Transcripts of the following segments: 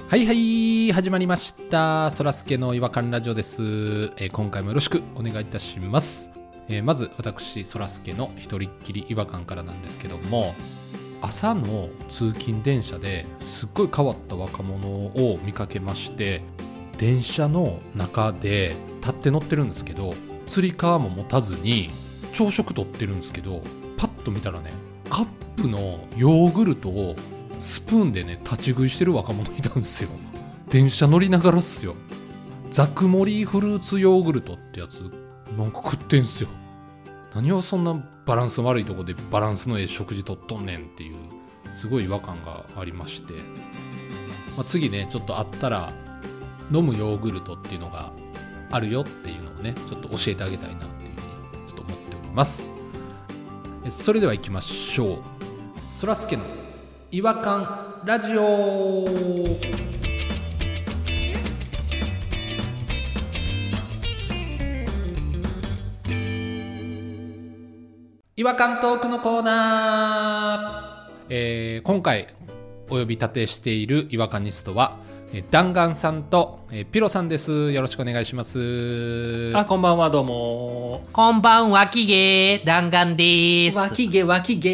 はいはい、始まりました。そらすけの違和感ラジオです。今回もよろしくお願いいたします。まず私そらすけの一人っきり違和感からなんですけども、朝の通勤電車ですっごい変わった若者を見かけまして、電車の中で立って乗ってるんですけど、つり革も持たずに朝食取ってるんですけど、パッと見たらね、カップのヨーグルトをスプーンでね立ち食いしてる若者いたんですよ。電車乗りながらっすよ。ザクモリフルーツヨーグルトってやつなんか食ってんすよ。何をそんなバランス悪いとこでバランスのええ食事とっとんねんっていうすごい違和感がありまして、次ねちょっとあったら飲むヨーグルトっていうのがあるよっていうのをねちょっと教えてあげたいなっていうふうにちょっと思っております。それでは行きましょう。そらすけの違和感ラジオ。違和感トークのコーナー。今回お呼び立てしている違和感ニストは弾丸さんとピロさんです。よろしくお願いします。 こんばんは、どうも。 こんばんは、きげー弾丸です。 わきげ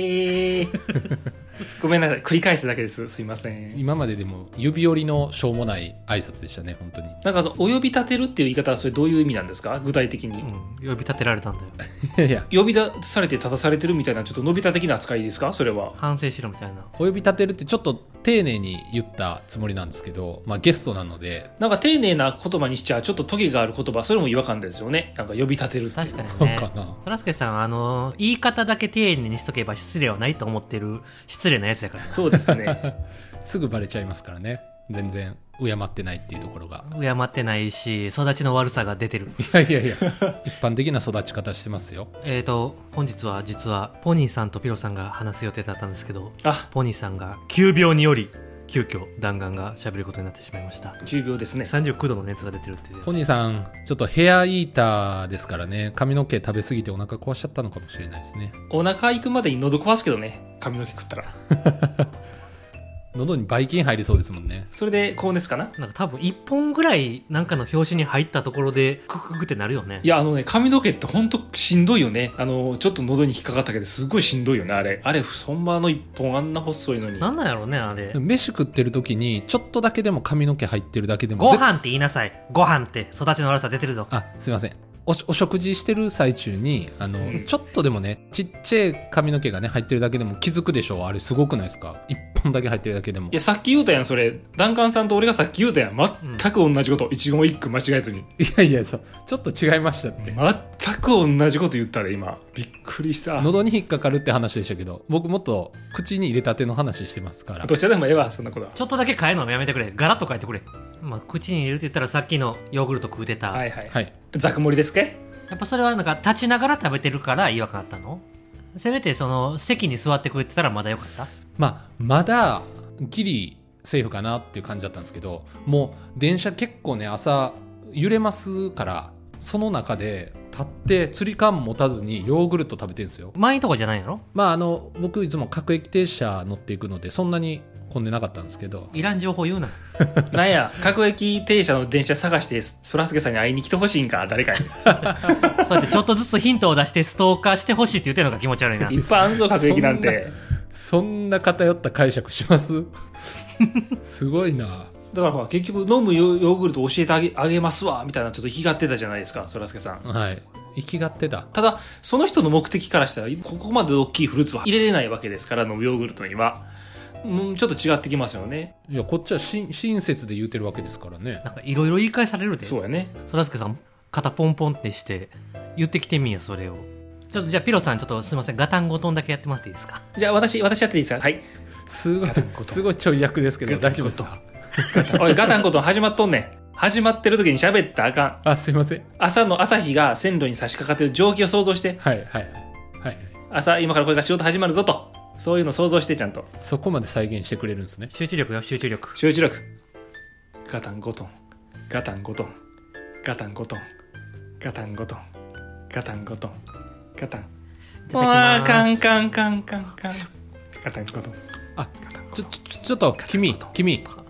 ごめんなさい、繰り返しただけです。すいません。 今まででも指折りのしょうもない挨拶でしたね、本当に。 なんかお呼び立てるっていう言い方はそれどういう意味なんですか、具体的に。 呼び立てられたんだよ。 いやいや、 呼び出されて立たされてるみたいなちょっとのび太的な扱いですか、それは。 反省しろみたいな。 お呼び立てるってちょっと丁寧に言ったつもりなんですけど、ゲストなので。 なんか丁寧な言葉にしちゃちょっとトゲがある言葉、それも違和感ですよね。なんか呼び立てるって。 確かにそうね。 かな。 そらすけさん、言い方だけ丁寧にしとけば失礼はないと思ってる失礼なやつやから。 そうですね。 すぐバレちゃいますからね。全然敬ってないっていうところが。 敬ってないし、育ちの悪さが出てる。 いやいやいや、一般的な育ち方してますよ。 本日は実はポニーさんとピロさんが話す予定だったんですけど、ポニーさんが急病により急遽弾丸が喋ることになってしまいました。 急病ですね。 39度の熱が出てるっていう。 ポニーさんちょっとヘアイーターですからね、髪の毛食べ過ぎてお腹壊しちゃったのかもしれないですね。 お腹行くまでに喉壊すけどね、髪の毛食ったら。 喉にばい菌入りそうですもんね。 それで高熱かな。 なんか多分1本ぐらいなんかの拍子に入ったところでクククってなるよね。 いや髪の毛ってほんとしんどいよね。ちょっと喉に引っかかったけどすごいしんどいよね。あれほんま1本あんな細いのに。 なんなんやろうねあれ。 飯食ってる時にちょっとだけでも髪の毛入ってるだけでも。 ご飯って言いなさい。ご飯って育ちの悪さ出てるぞ。 すいません。お食事してる最中にちょっとでもねちっちゃい髪の毛がね入ってるだけでも気づくでしょ。あれすごくないですか。一本だけ入ってるだけでも。 いやさっき言うたやん、それ。弾丸さんと俺がさっき言うたやん。全く同じこと、一言一句間違えずに。 いやいや、ちょっと違いましたって。 全く同じこと言ったら今びっくりした。 喉に引っかかるって話でしたけど、僕もっと口に入れたての話してますから。 どっちでもええわ、そんなことは。 ちょっとだけ変えるのやめてくれ。ガラッと変えてくれ。口に入れるって言ったらさっきのヨーグルト食うてた。 はいはいはい。ザク盛りですか。 やっぱそれはなんか立ちながら食べてるから違和感あったの？せめてその席に座ってくれてたらまだよかった？ まだギリセーフかなっていう感じだったんですけど、もう電車結構ね朝揺れますから、その中で立ってつり革も持たずにヨーグルト食べてるんですよ。 満員とかじゃないやろ？ 僕いつも各駅停車乗っていくのでそんなに混んでなかったんですけど。 いらん情報言うな。 なんや、各駅停車の電車探してそらすけさんに会いに来てほしいんか、誰かに。 そうやってちょっとずつヒントを出してストーカーしてほしいって言ってるのが気持ち悪いな。 いっぱいあんぞ各駅なんて。 そんな偏った解釈しますすごいな。 だからほら結局飲むヨーグルト教えてあげますわみたいな、ちょっと生きがってたじゃないですか、そらすけさん。 はい、生きがってた。 ただその人の目的からしたらここまで大きいフルーツは入れれないわけですから、飲むヨーグルトにはちょっと違ってきますよね。 いやこっちは親切で言うてるわけですからね。 なんかいろいろ言い返されるで。 そうやね。 そらすけさん肩ポンポンってして言ってきてみや、それを。ちょっとじゃあピロさんちょっとすいません、ガタンゴトンだけやってもらっていいですか。 じゃあ私やっていいですか。はい。 すごいちょい役ですけど大丈夫ですか。 おいガタンゴトン始まっとんねん。始まってる時に喋ったらあかん。 すいません。 朝日が線路に差し掛かってる状況を想像して。 はい今からこれから仕事始まるぞと、そういうの想像して、ちゃんとそこまで再現してくれるんですね。 集中力よ、集中力。 ガタンゴトンガタンゴトンガタンゴトンガタンゴトンガタンゴトンガタン。わーカンガタンゴトン。 ちょっと君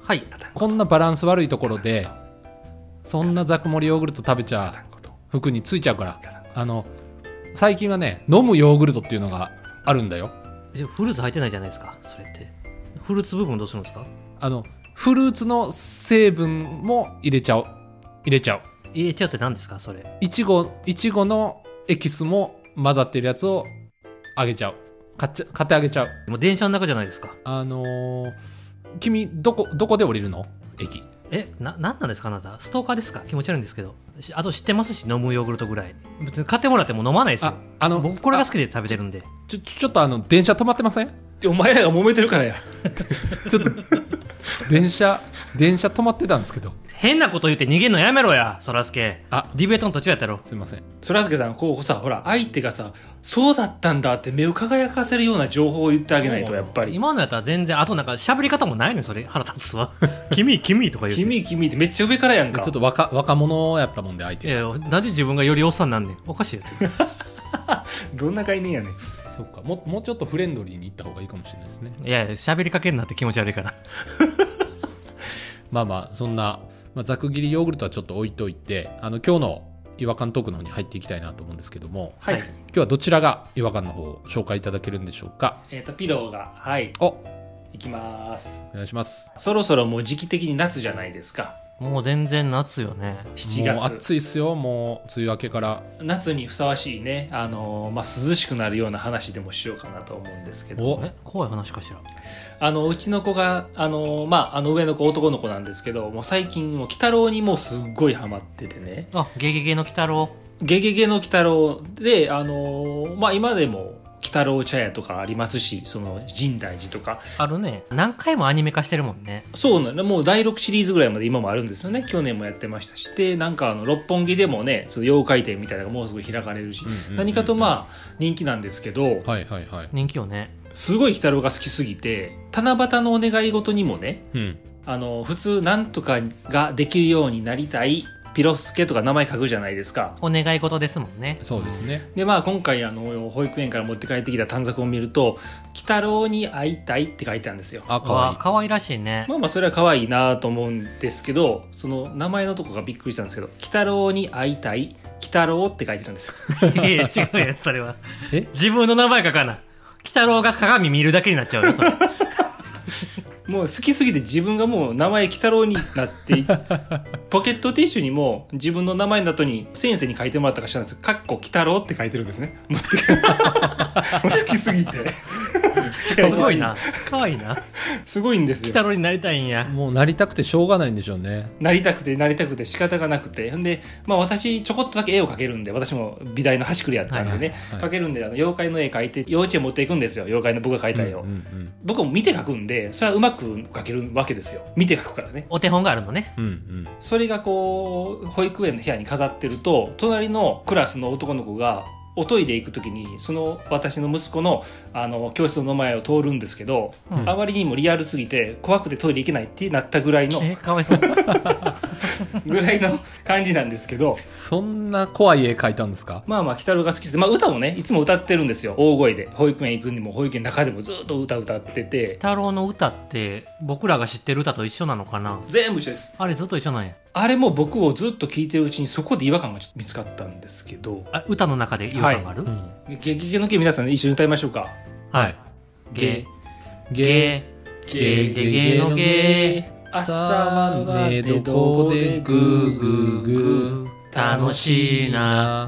はい。 こんなバランス悪いところでそんなザク盛りヨーグルト食べちゃ服についちゃうから、最近はね飲むヨーグルトっていうのがあるんだよ。 フルーツ入ってないじゃないですか。それってフルーツ部分どうするんですか？ フルーツの成分も入れちゃうって何ですかそれ？ いちごのエキスも混ざってるやつをあげちゃう。買ってあげちゃう。 もう電車の中じゃないですか。 君どこで降りるの？駅。 なんなんですかあなた？ストーカーですか？気持ち悪いんですけど。あと知ってますし、飲むヨーグルトぐらい。別に買ってもらっても飲まないですよ。僕これが好きで食べてるんで。 ちょっと電車止まってません？ お前らが揉めてるからや。 ちょっと電車止まってたんですけど。 変なこと言って逃げんのやめろや、そらすけ。ディベートの途中やったろ。 すいません。 そらすけさん、こうさ、ほら、相手がさ、そうだったんだって目を輝かせるような情報を言ってあげないと、やっぱり。 今のやったら全然、あとなんか喋り方もないねん、それ。腹立つわ。君とか言って。 君ってめっちゃ上からやんか。 ちょっと若者やったもんで、相手。 いや、なんで自分がよりおっさんなんねん。おかしいよ。 どんな概念やねん。 そっか、もうちょっとフレンドリーに行った方がいいかもしれないですね。 いや、喋りかけんなって気持ち悪いから。 まあ、そんな、ざく切りヨーグルトはちょっと置いといて、今日の違和感トークの方に入っていきたいなと思うんですけども、 はい、 今日はどちらが違和感の方を紹介いただけるんでしょうか？ ピローが、いきます。 お願いします。 そろそろもう時期的に夏じゃないですか。 もう全然夏よね。 7月。 もう暑いっすよ、もう梅雨明けから。 夏にふさわしいね、涼しくなるような話でもしようかなと思うんですけど。 怖い話かしら。 うちの子が、上の子男の子なんですけど、もう最近もう鬼太郎にもうすっごいハマっててね。 ゲゲゲの鬼太郎。 ゲゲゲの鬼太郎で、今でも鬼太郎茶屋とかありますし、その深大寺とかあるね。何回もアニメ化してるもんね。 そうなの。もう第6シリーズぐらいまで今もあるんですよね。去年もやってましたし、でなんか六本木でもね、その妖怪展みたいなのがもうすぐ開かれるし、何かと人気なんですけど、 人気よね。 すごい鬼太郎が好きすぎて、七夕のお願い事にもね、普通なんとかができるようになりたいピロスケとか名前書くじゃないですか。 お願い事ですもんね。 そうですね。 で今回保育園から持って帰ってきた短冊を見ると、鬼太郎に会いたいって書いてあるんですよ。 かわいらしいね。 それは可愛いなと思うんですけど、その名前のとこがびっくりしたんですけど、鬼太郎に会いたい鬼太郎って書いてるんですよ。 いや違うやつ、それは自分の名前書かな。鬼太郎が鏡見るだけになっちゃうよ、それ。 もう好きすぎて自分がもう名前鬼太郎になってポケットティッシュにも自分の名前の後に先生に書いてもらったかしたんですけど、鬼太郎って書いてるんですね。もう好きすぎてすごいな。かわいいな。 すごいんですよ。 鬼太郎になりたいんや。 もうなりたくてしょうがないんでしょうね。 なりたくて仕方がなくて。んで、私ちょこっとだけ絵を描けるんで、私も美大の端くりやったんでね、描けるんで、妖怪の絵描いて幼稚園持っていくんですよ。妖怪の僕が描いた絵を、僕も見て描くんで、それはうまく描けるわけですよ。見て描くからね。 お手本があるのね。 それがこう保育園の部屋に飾ってると、隣のクラスの男の子がおトイレ行くときに、その私の息子の教室の前を通るんですけど、あまりにもリアルすぎて怖くてトイレ行けないってなったぐらいのかわいそうぐらいの感じなんですけど。 そんな怖い絵描いたんですか？ 鬼太郎が好きで、歌もねいつも歌ってるんですよ、大声で。保育園行くにも保育園の中でもずっと歌ってて。 鬼太郎の歌って僕らが知ってる歌と一緒なのかな？ 全部一緒です。 あれずっと一緒なんや。 あれも僕をずっと聴いてるうちにそこで違和感がちょっと見つかったんですけど。 歌の中で違和感がある？ ゲゲゲのゲ皆さん、一緒に歌いましょうか。 はい。ゲゲゲゲゲのゲ、 朝は寝床でグーグーグー、楽しいな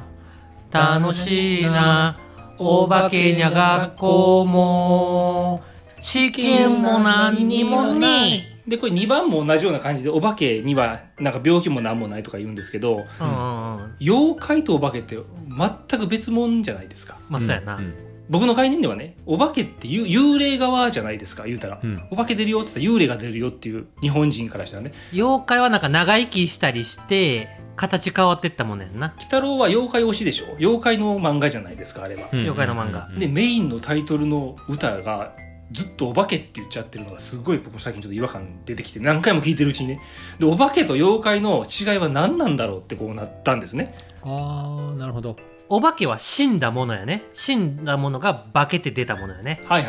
お化けにゃ学校も試験も何にもね。 でこれ2番も同じような感じで、お化けにはなんか病気も何もないとか言うんですけど、妖怪とお化けって全く別物じゃないですか。 そうやな。 僕の概念ではね、お化けって幽霊側じゃないですか、言うたら、お化け出るよって言ったら幽霊が出るよっていう、日本人からしたらね。 妖怪はなんか長生きしたりして形変わってったもんやんな。 鬼太郎は妖怪推しでしょ。妖怪の漫画じゃないですか、あれは。 妖怪の漫画でメインのタイトルの歌がずっとお化けって言っちゃってるのがすごい僕最近ちょっと違和感出てきて、何回も聞いてるうちにね。でお化けと妖怪の違いは何なんだろうってこうなったんですね。 なるほど。 お化けは死んだものやね。死んだものが化けて出たものやね。 はいはい。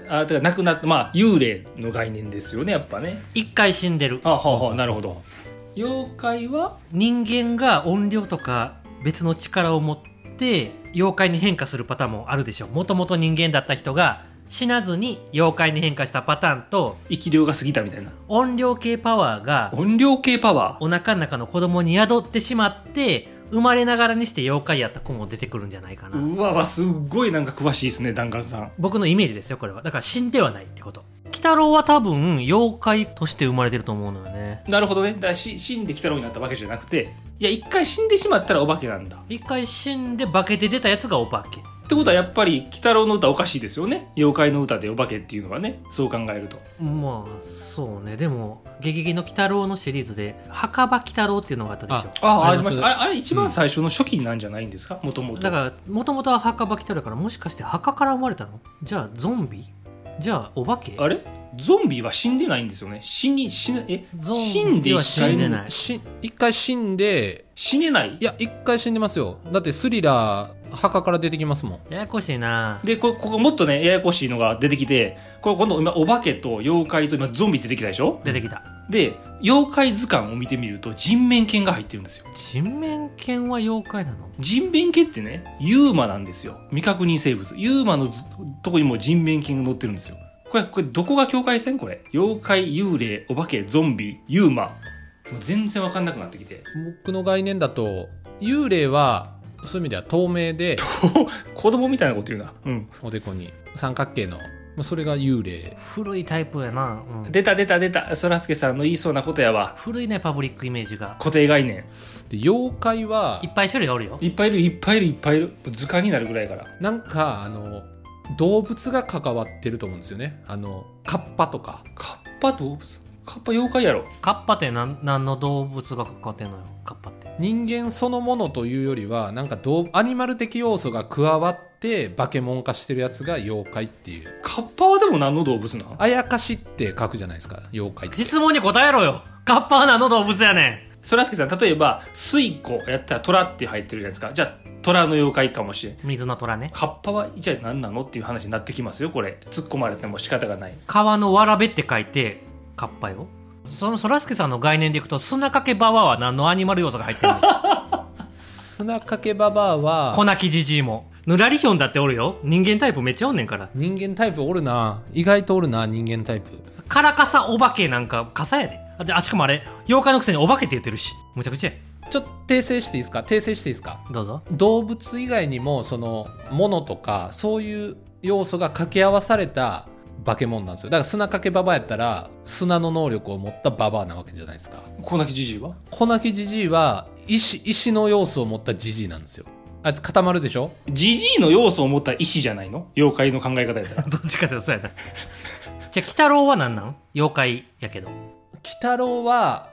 だから亡くなった、まあ幽霊の概念ですよね、やっぱね。 一回死んでる。 なるほど。妖怪は人間が怨霊とか別の力を持って妖怪に変化するパターンもあるでしょ。もともと人間だった人が死なずに妖怪に変化したパターンと、 生き量が過ぎたみたいな。 怨霊系パワーが怨霊系パワー、 お腹の中の子供に宿ってしまって生まれながらにして妖怪やった子も出てくるんじゃないかな。 うわすっごいなんか詳しいですね、弾丸さん。 僕のイメージですよ、これは。だから死んではないってこと。鬼太郎は多分妖怪として生まれてると思うのよね。 なるほどね。だから死んで鬼太郎になったわけじゃなくて、いや一回死んでしまったらお化けなんだ。 一回死んで化けて出たやつがお化けってことはやっぱり鬼太郎の歌おかしいですよね。妖怪の歌でお化けっていうのはね、そう考えると。 まあそうね。でもゲゲゲの鬼太郎のシリーズで墓場鬼太郎っていうのがあったでしょ。 ありました。あれ一番最初の初期なんじゃないんですか、もともと。 だからもともとは墓場鬼太郎から、もしかして墓から生まれたの？じゃあゾンビ？じゃあお化け？ あれゾンビは死んでないんですよね。死んでは死んでない。 一回死んで死ねない。 いや一回死んでますよ。だってスリラー墓から出てきますもん。 ややこしいな。 でここもっとねややこしいのが出てきて、これ今度今お化けと妖怪と今ゾンビ出てきたでしょ。 出てきた。 で妖怪図鑑を見てみると人面犬が入ってるんですよ。 人面犬は妖怪なの？ 人面犬ってねユーマなんですよ。未確認生物ユーマのとこにも人面犬が載ってるんですよ。これどこが境界線？これ妖怪、幽霊、お化け、ゾンビ、ユーマ、もう全然分かんなくなってきて。 僕の概念だと幽霊はそういう意味では透明で子供みたいなこと言うな。 おでこに三角形の、それが幽霊。 古いタイプやな、 出たそらすけさんの言いそうなことやわ。 古いね、パブリックイメージが。 固定概念で妖怪はいっぱい種類がおるよ。 いっぱいいる図鑑になるぐらいから。 なんか動物が関わってると思うんですよね。カッパとか。 カッパ動物？カッパ妖怪やろ。 カッパって何の動物が関わってんのよ、カッパって。 人間そのものというよりはなんかアニマル的要素が加わって化け物化してるやつが妖怪っていう。 カッパはでも何の動物なの？ あやかしって書くじゃないですか、妖怪って。 質問に答えろよ。カッパは何の動物やねん。 そらすけさん、例えば水虎やったら虎って入ってるじゃないですか。じゃあ虎の妖怪かもしれん。 水の虎ね。 カッパはじゃあ何なのっていう話になってきますよ。これ突っ込まれても仕方がない。 川のわらべって書いてカッパよ。そのそらすけさんの概念でいくと、砂かけババアは何のアニマル要素が入ってるの？ 砂かけババアは粉木じじいも。ぬらりひょんだっておるよ。人間タイプめっちゃおんねんから。 人間タイプおるな。意外とおるな、人間タイプ。 カラカサお化けなんか傘やで。しかもあれ妖怪のくせにお化けって言ってるし、むちゃくちゃや。 ちょっと訂正していいですか？ どうぞ。 動物以外にもその物とかそういう要素が掛け合わされた化け物なんですよ。だから砂かけババアやったら砂の能力を持ったババアなわけじゃないですか。 粉木じじいは？ 粉木じじいは石の要素を持ったじじいなんですよ。あいつ固まるでしょ。 じじいの要素を持った石じゃないの？妖怪の考え方やったらどっちかってそうやな。じゃあ鬼太郎は何なん？妖怪やけど。 鬼太郎は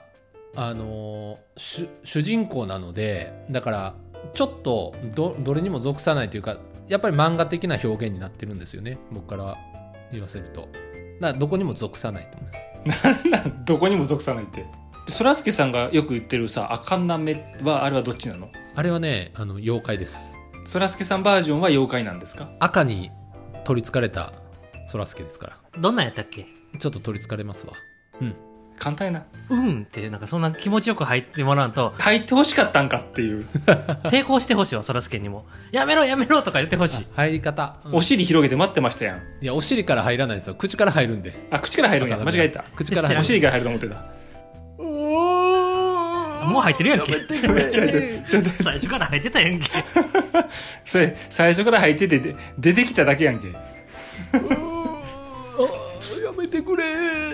主人公なので、だからちょっとどれにも属さないというか、やっぱり漫画的な表現になってるんですよね、僕から言わせると。だからどこにも属さないと思います。 なんどこにも属さないって。そらすけさんがよく言ってるさ、赤なめはあれはどっちなの？ あれはね、妖怪です。 そらすけさんバージョンは妖怪なんですか？ 赤に取りつかれたそらすけですから。 どんなんやったっけ？ ちょっと取りつかれますわ。 簡単やな。 ってなんかそんな気持ちよく入ってもらうと、 入ってほしかったんかっていう抵抗してほしいわ、そらすけにも。やめろとか言ってほしい。 入り方、 お尻広げて待ってましたやん。 いやお尻から入らないですよ、口から入るんで。 口から入るんや。間違えた。 口から入る。 お尻から入ると思ってた。 もう入ってるやんけ。 最初から入ってたやんけ。 それ最初から入ってて出てきただけやんけ。 やめてくれ。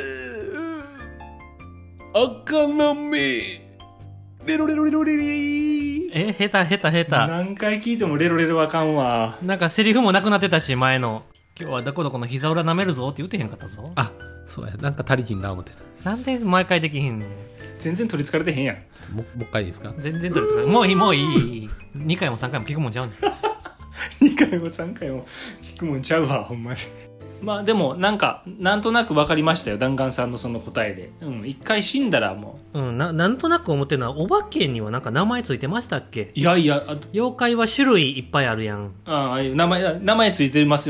赤なめレロレロレロレリ。 下手。 何回聞いてもレロレロあかんわ。 なんかセリフもなくなってたし、前の今日はどこどこの膝裏舐めるぞって言ってへんかったぞ。 あ、そうや、なんか足りひんな思ってた。 なんで毎回できへんねん。 全然取りつかれてへんやん。 もう一回いいですか？ 全然取りつかれもういい2回も3回も聞くもんちゃうねん。 2回も3回も聞くもんちゃうわ、ほんまに。まあでもなんとなく分かりましたよ、弾丸さんのその答えで。一回死んだらもうなんとなく思ってるのは、お化けにはなんか名前ついてましたっけ？ いや妖怪は種類いっぱいあるやん。 名前ついてますよね。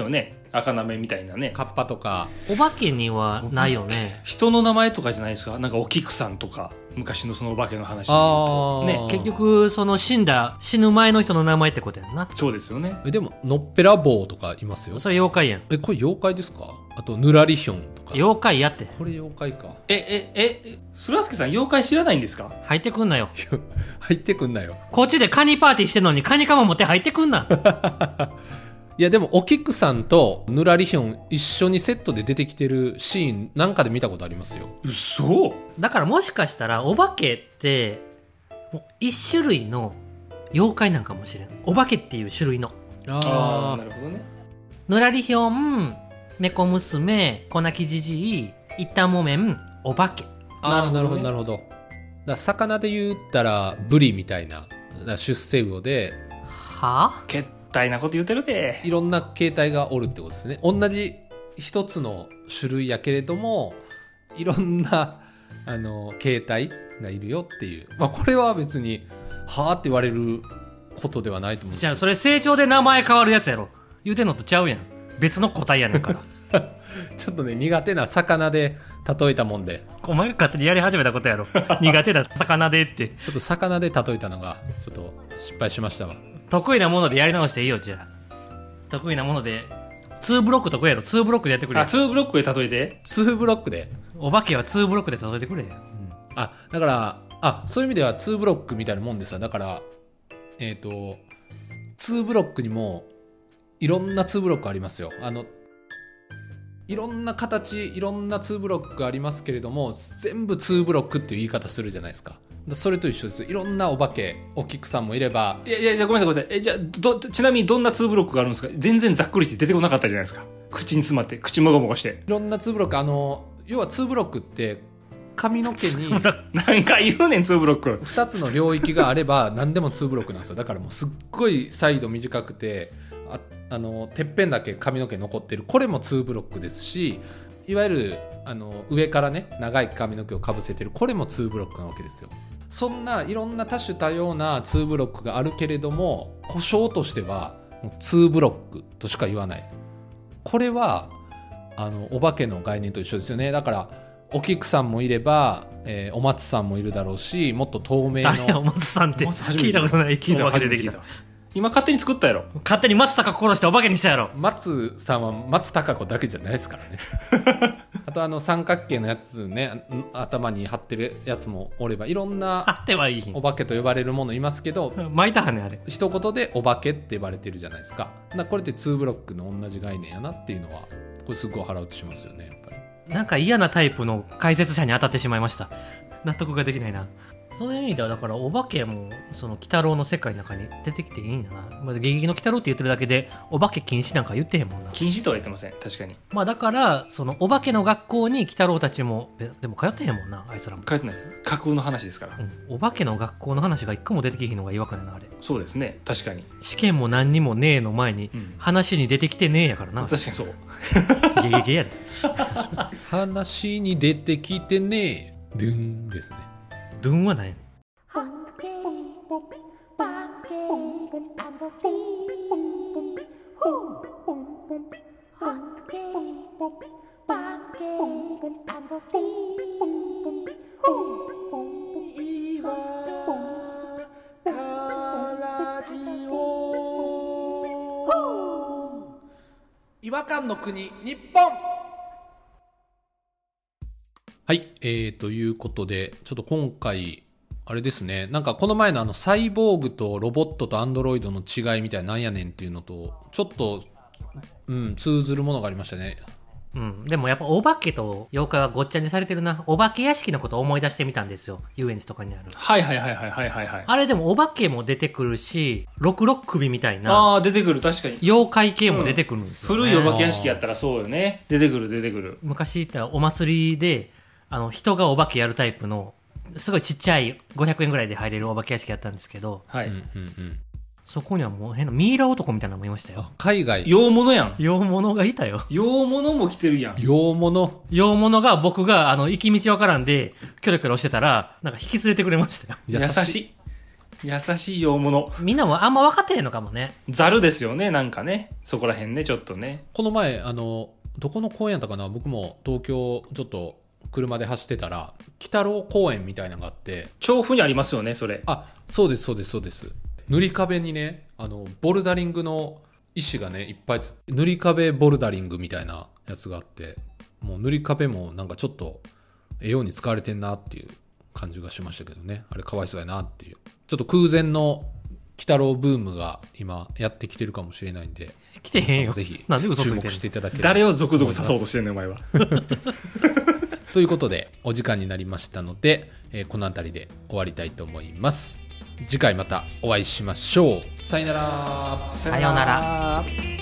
赤なめみたいなね。 カッパとか。 お化けにはないよね。 人の名前とかじゃないですか。なんかお菊さんとか昔のそのお化けの話で言うとね。 結局その死ぬ前の人の名前ってことやんな。 そうですよね。 でものっぺらぼうとかいますよ。 それ妖怪やん。 これ妖怪ですか？あとぬらりひょんとか。 妖怪やって。 これ妖怪か。 そらすけさん妖怪知らないんですか？ 入ってくんなよ。 入ってくんなよ。 こっちでカニパーティーしてんのにカニカマ持って入ってくんな。 いやでもお菊さんとぬらりひょん一緒にセットで出てきてるシーンなんかで見たことありますよ。 嘘。 だからもしかしたらお化けってもう一種類の妖怪なんかもしれん。お化けっていう種類の。 ああ、なるほどね。 ぬらりひょん、猫娘、粉木じじい、いたもめん、お化け。 なるほどなるほど。だから魚で言ったらブリみたいな、だから出世魚ではぁ？ けったいなこと言ってるで。 いろんな形態がおるってことですね。同じ一つの種類やけれどもいろんな形態がいるよっていう、まあ、これは別にはあって言われることではないと思うんですじゃあそれ成長で名前変わるやつやろ。言うてんのとちゃうやん。別の個体やねんから。 ちょっとね苦手な魚で例えたもんでお前が勝手にやり始めたことやろ。苦手な魚でって。 ちょっと魚で例えたのがちょっと失敗しましたわ。 得意なものでやり直していいよ、じゃあ。得意なもので。2ブロック得意やろ。2ブロックでやってくれよ。 2ブロックで例えて。 2ブロックで、 お化けは2ブロックで例えてくれよ。 だからそういう意味では2ブロックみたいなもんですよ。だから2ブロックにもいろんな2ブロックありますよ。いろんな形いろんな2ブロックありますけれども全部2ブロックっていう言い方するじゃないですか。それと一緒です。いろんなお化けお菊さんもいれば。 いやじゃあごめんなさいじゃあちなみにどんな2ブロックがあるんですか？全然ざっくりして出てこなかったじゃないですか。口に詰まって口もごもごしていろんな2ブロック要は2ブロックって髪の毛に何回言うねん2ブロック。 2つの領域があれば何でも2ブロックなんですよ。だからもうすっごいサイド短くててっぺんだけ髪の毛残ってるこれも2ブロックですし、いわゆる上からね長い髪の毛をかぶせてるこれも2ブロックなわけですよ。そんないろんな多種多様な2ブロックがあるけれども呼称としてはもう2ブロックとしか言わない。これはお化けの概念と一緒ですよね。だからお菊さんもいれば、お松さんもいるだろうし、もっと透明誰やおの松さんって聞いたことない。 聞いたお化け出てきた。 今勝手に作ったやろ。 勝手に松高殺してお化けにしたやろ。 松さんは松たか子だけじゃないですからね。あと三角形のやつね頭に貼ってるやつもおればいろんなあってはいい。 お化けと呼ばれるものいますけど巻いたはねあれ。 一言でお化けって呼ばれてるじゃないですか。これって2ブロックの同じ概念やなっていうのはこれすごい腹落ちしますよねやっぱり。 なんか嫌なタイプの解説者に当たってしまいました。納得ができないな。そういう意味ではだからお化けもその鬼太郎の世界の中に出てきていいんだな。まあ、ゲゲゲの鬼太郎って言ってるだけでお化け禁止なんか言ってへんもんな。 禁止とは言ってません。確かにまあだからそのお化けの学校に鬼太郎たちもでも通ってへんもんなあいつらも。 書いてないですよ。架空の話ですから、 お化けの学校の話が一個も出てきひんのが違和感やなあれ。 そうですね。確かに試験も何にもねえの前に話に出てきてねえやからな。 確かにそう。 ゲゲゲやで。 話に出てきてねドゥンですね。 ドゥンはないねん。 違和感の国日本。はい、ということでちょっと今回あれですね、なんかこの前のサイボーグとロボットとアンドロイドの違いみたいななんやねんっていうのとちょっと、通ずるものがありましたね。 でもやっぱお化けと妖怪はごっちゃにされてるな。お化け屋敷のことを思い出してみたんですよ。遊園地とかにある。 はい。 あれでもお化けも出てくるし、六首みたいな。 出てくる。確かに妖怪系も出てくるんですよ、ね古いお化け屋敷やったらそうよね。出てくる。 昔言ったお祭りで、人がお化けやるタイプの、すごいちっちゃい500円ぐらいで入れるお化け屋敷やったんですけど、 はい。 そこにはもう変なミイラ男みたいなのもいましたよ。 海外洋物やん。 洋物がいたよ。 洋物も来てるやん。 洋物が僕が行き道わからんでキョロキョロしてたらなんか引き連れてくれましたよ。 優しい。 優しい大物。 みんなもあんま分かってへんのかもね。 ざるですよね、なんかね。そこら辺ね、ちょっとね。 この前どこの公園やったかな、僕も東京ちょっと車で走ってたら鬼太郎公園みたいなのがあって、 調布にありますよね、それ。 あ、そうですそうですそうです。塗り壁にねボルダリングの石がねいっぱい塗り壁ボルダリングみたいなやつがあって、もう塗り壁もなんかちょっとように使われてんなっていう感じがしましたけどね。あれかわいそうやなっていう、ちょっと空前の鬼太郎ブームが今やってきてるかもしれないんで、 来てへんよ。 ぜひなんで嘘ついてんの注目していただければ。 誰を続々刺そうとしてんねん、お前は。 ということでお時間になりましたので、この辺りで終わりたいと思います。次回またお会いしましょう。さよなら。 さようなら。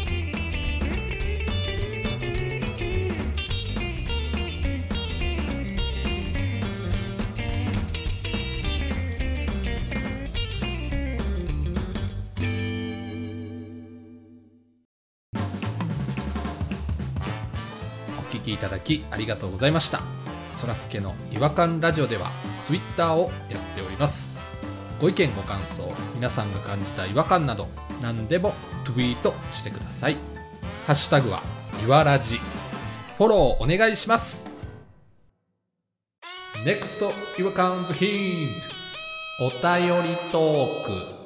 お聞きいただきありがとうございました。そらすけの違和感ラジオではツイッターをやっております。ご意見ご感想、皆さんが感じた違和感など何でもツイートしてください。ハッシュタグはいわらじ。フォローお願いします。 NEXT 違和感ズヒント、お便りトーク。